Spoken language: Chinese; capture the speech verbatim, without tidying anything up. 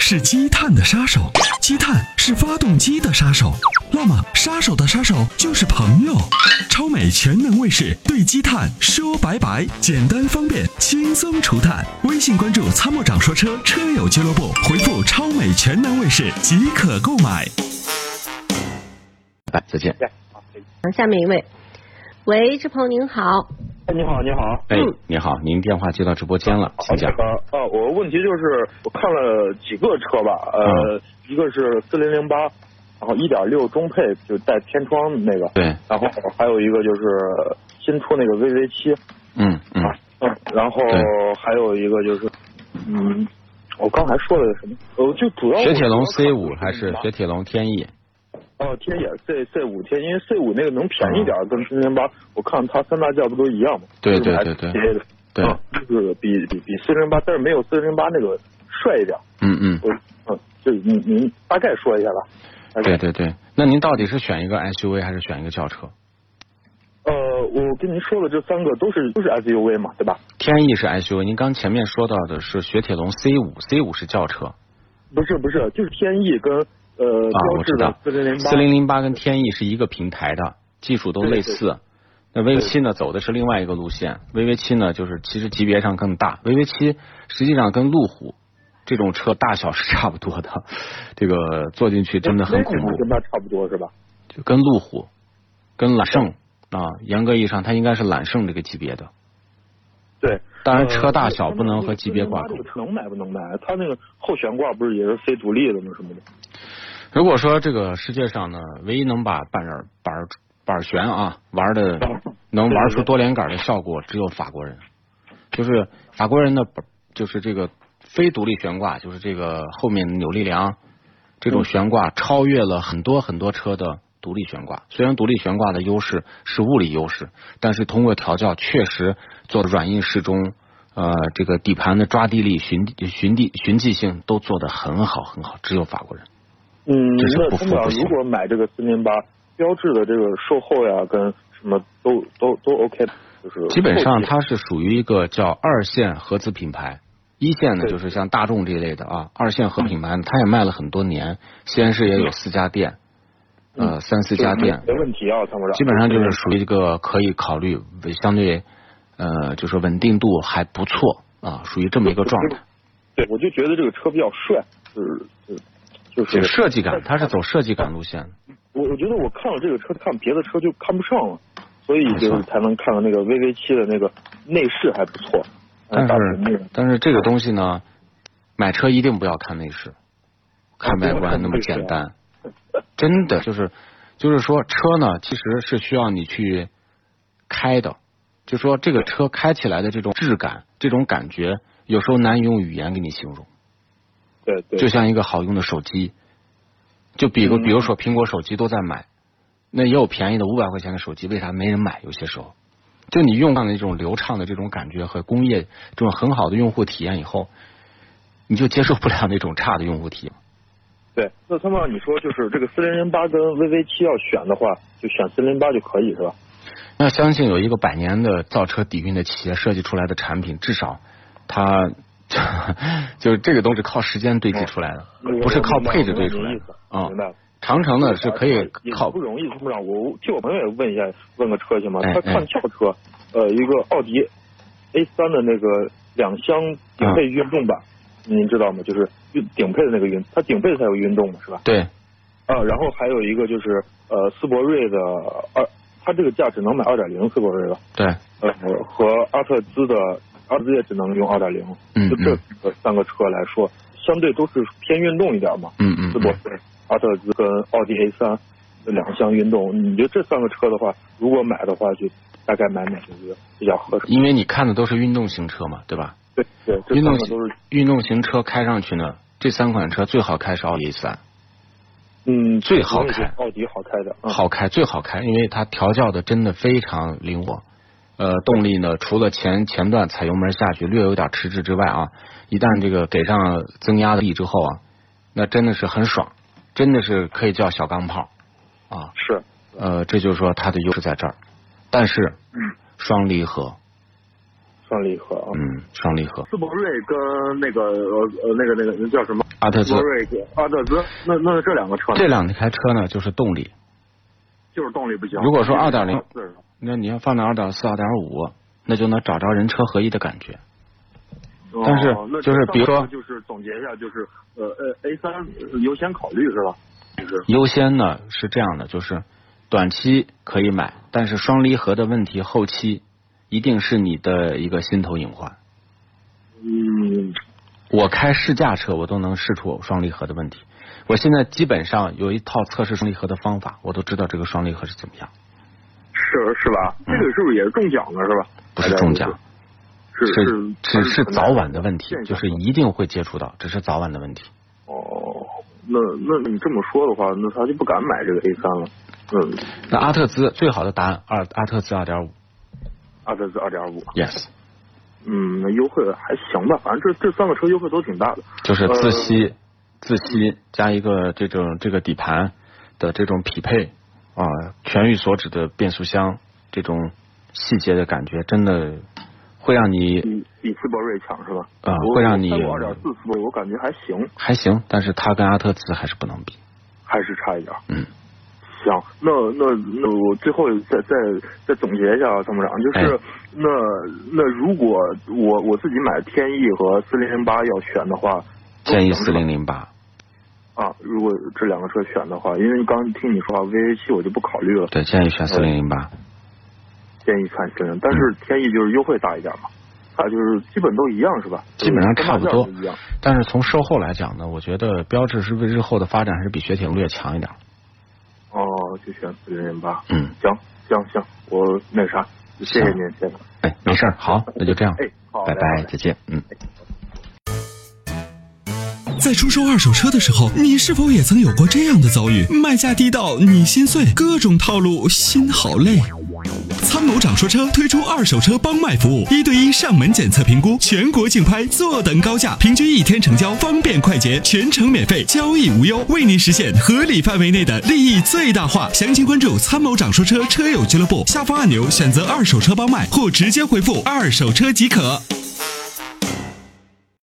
是积碳的杀手，积碳是发动机的杀手，那么杀手的杀手就是朋友。超美全能卫士对积碳说拜拜，简单方便，轻松除碳。微信关注参谋长说车车友俱乐部，回复超美全能卫士即可购买。 拜，再见。 下面一位，喂，志鹏您好。 你好，你好。 哎，你好，您电话接到直播间了，请讲。 呃，呃，我问题就是我看了几个车吧，呃，嗯、一个是四零零八，然后一点六中配就带天窗那个， 对， 然后还有一个就是新出那个 V V 七， 嗯嗯、 啊、嗯，然后还有一个就是，嗯，我刚才说了什么？呃，就主要雪铁龙 C 五还是雪铁龙天翼？ 哦，天野 C C 五天，因为 C 五那个能便宜点，跟四零零八，我看它三大件不都一样吗？ 对对对对，对， 啊，就是比比比四零零八，但是没有四零零八那个帅一点。嗯嗯，我嗯，就您您大概说一下吧。 对对对，那您到底是选一个 S U V 还是选一个轿车？ 呃，我跟您说的这三个都是都是 S U V 嘛，对吧？ 天翼是 S U V，您刚前面说到的是雪铁龙 C 五 ，C 五是轿车。 不是不是，就是天翼跟。呃， 啊，我知道， 四零零八， 四零零八跟天翼是一个平台的，技术都类似。那 V V 七呢，走的是另外一个路线。V V 七呢，就是其实级别上更大。V V 七实际上跟路虎这种车大小是差不多的，这个坐进去真的很恐怖。 跟它差不多是吧？ 就跟路虎、跟揽胜啊，严格意义上它应该是揽胜这个级别的。 对， 当然车大小不能和级别挂钩。 能买不能买？它那个后悬挂不是也是非独立的吗？什么的？ 如果说这个世界上呢，唯一能把板儿板儿板悬啊玩的能玩出多连杆的效果，只有法国人。就是法国人的就是这个非独立悬挂，就是这个后面扭力梁这种悬挂超越了很多很多车的独立悬挂。虽然独立悬挂的优势是物理优势，但是通过调教确实做的软硬适中，呃，这个底盘的抓地力、循循地循迹性都做得很好很好，只有法国人。 嗯， 那通常如果买这个四零八标志的这个售后呀，跟什么都都都 OK， 就是基本上它是属于一个叫二线合资品牌，一线呢就是像大众这一类的啊，二线合品牌它也卖了很多年，西安市也有四家店，呃三四家店， 没问题啊，参谋长。 基本上就是属于一个可以考虑相对呃就是稳定度还不错啊，属于这么一个状态。 对，我就觉得这个车比较帅，就是就是。就是设计感，它是走设计感路线的。 我我觉得我看了这个车，看别的车就看不上了，所以就是才能看到那个 V V 七的那个内饰还不错。 但是但是这个东西呢，买车一定不要看内饰，看外观那么简单。真的就是就是说车呢，其实是需要你去开的，就说这个车开起来的这种质感、这种感觉，有时候难以用语言给你形容。 对对， 就像一个好用的手机，就比如比如说苹果手机都在买，那也有便宜的五百块钱的手机，为啥没人买？有些时候，就你用上的这种流畅的这种感觉和工业这种很好的用户体验以后，你就接受不了那种差的用户体验。 对，那他们你说就是这个四零零八跟 V V 七要选的话，就选四零零八就可以是吧？ 那相信有一个百年的造车底蕴的企业设计出来的产品，至少它。就是这个东西靠时间堆积出来的，不是靠配置堆出来的啊。长城呢是可以靠不容易，参谋长，我替我朋友也问一下，问个车行吗？他看轿车，呃，一个奥迪 A 三的那个两厢顶配运动版，您知道吗？就是顶配的那个运，它顶配才有运动嘛，是吧？ 对。 啊，然后还有一个就是呃斯铂瑞的二，它这个价只能买二点零斯铂瑞了。 对。 呃，和阿特兹的。阿特兹也只能用二点零，就这三个车来说，相对都是偏运动一点嘛。 嗯嗯。 斯铂瑞、阿特兹跟奥迪 A 三两厢运动，你觉得这三个车的话，如果买的话，就大概买哪个比较合适？ 因为你看的都是运动型车嘛，对吧？ 对对， 运动都是运动型车开上去呢，这三款车最好开是奥迪 A 三。 嗯， 最好开。 奥迪好开的。 嗯、好开，最好开，因为它调教的真的非常灵活。呃，动力呢，除了前前段踩油门下去略有点迟滞之外啊，一旦这个给上增压的力之后啊，那真的是很爽，真的是可以叫小钢炮啊。 是。 呃，这就是说它的优势在这儿，但是双离合， 双离合啊。 嗯，双离合。 斯铂瑞跟那个呃呃那个那个那叫什么？ 阿特兹。 斯铂瑞跟阿特兹，那那这两个车呢？ 这两台车呢，就是动力， 就是动力不行。 如果说二点零，那你要放到二点四、二点五，那就能找着人车合一的感觉。 哦、 但是就是比如说， 就是总结一下，就是呃呃 A 三优先考虑是吧？就是优先呢是这样的，就是短期可以买，但是双离合的问题后期一定是你的一个心头隐患。 嗯， 我开试驾车我都能试出双离合的问题。我现在基本上有一套测试双离合的方法，我都知道这个双离合是怎么样。 是是吧？这个是不是也是中奖的是吧？ 不是中奖， 是是只是早晚的问题，就是一定会接触到，只是早晚的问题。 哦，那那你这么说的话，那他就不敢买这个 A 三了。嗯， 那阿特兹最好的答案二阿特兹二点五， 阿特兹二点五 ，yes。 嗯，那优惠还行吧，反正这这三个车优惠都挺大的。 就是自吸、呃、自吸加一个这种这个底盘的这种匹配啊，全域锁止的变速箱，这种细节的感觉，真的会让你比比斯铂瑞强是吧？ 啊、呃，会让你二点四斯铂瑞我感觉还行， 还行，但是它跟阿特兹还是不能比， 还是差一点。 嗯。 行，那那那我最后再再再总结一下啊，参谋长，就是、哎、那那如果我我自己买天翼和四零零八要选的话， 建议四零零八啊，如果这两个车选的话，因为刚听你说 V A 七我就不考虑了， 对，建议选四零零八， 建议看四零，但是天翼就是优惠大一点嘛，它就是基本都一样是吧？ 基本上差不多，但是从售后来讲呢，我觉得标致是不是日后的发展还是比雪铁龙略强一点。 哦，就选四零零八。 嗯， 行行行，我那啥，谢谢您，谢谢。 哎，没事，好，那就这样。 哎，好， 拜拜，再见。嗯。 在出售二手车的时候，你是否也曾有过这样的遭遇？卖价低到你心碎，各种套路，心好累。参谋长说车推出二手车帮卖服务，一对一上门检测评估，全国竞拍，坐等高价，平均一天成交，方便快捷，全程免费，交易无忧，为您实现合理范围内的利益最大化。详情关注参谋长说车车友俱乐部，下方按钮选择二手车帮卖，或直接回复二手车即可。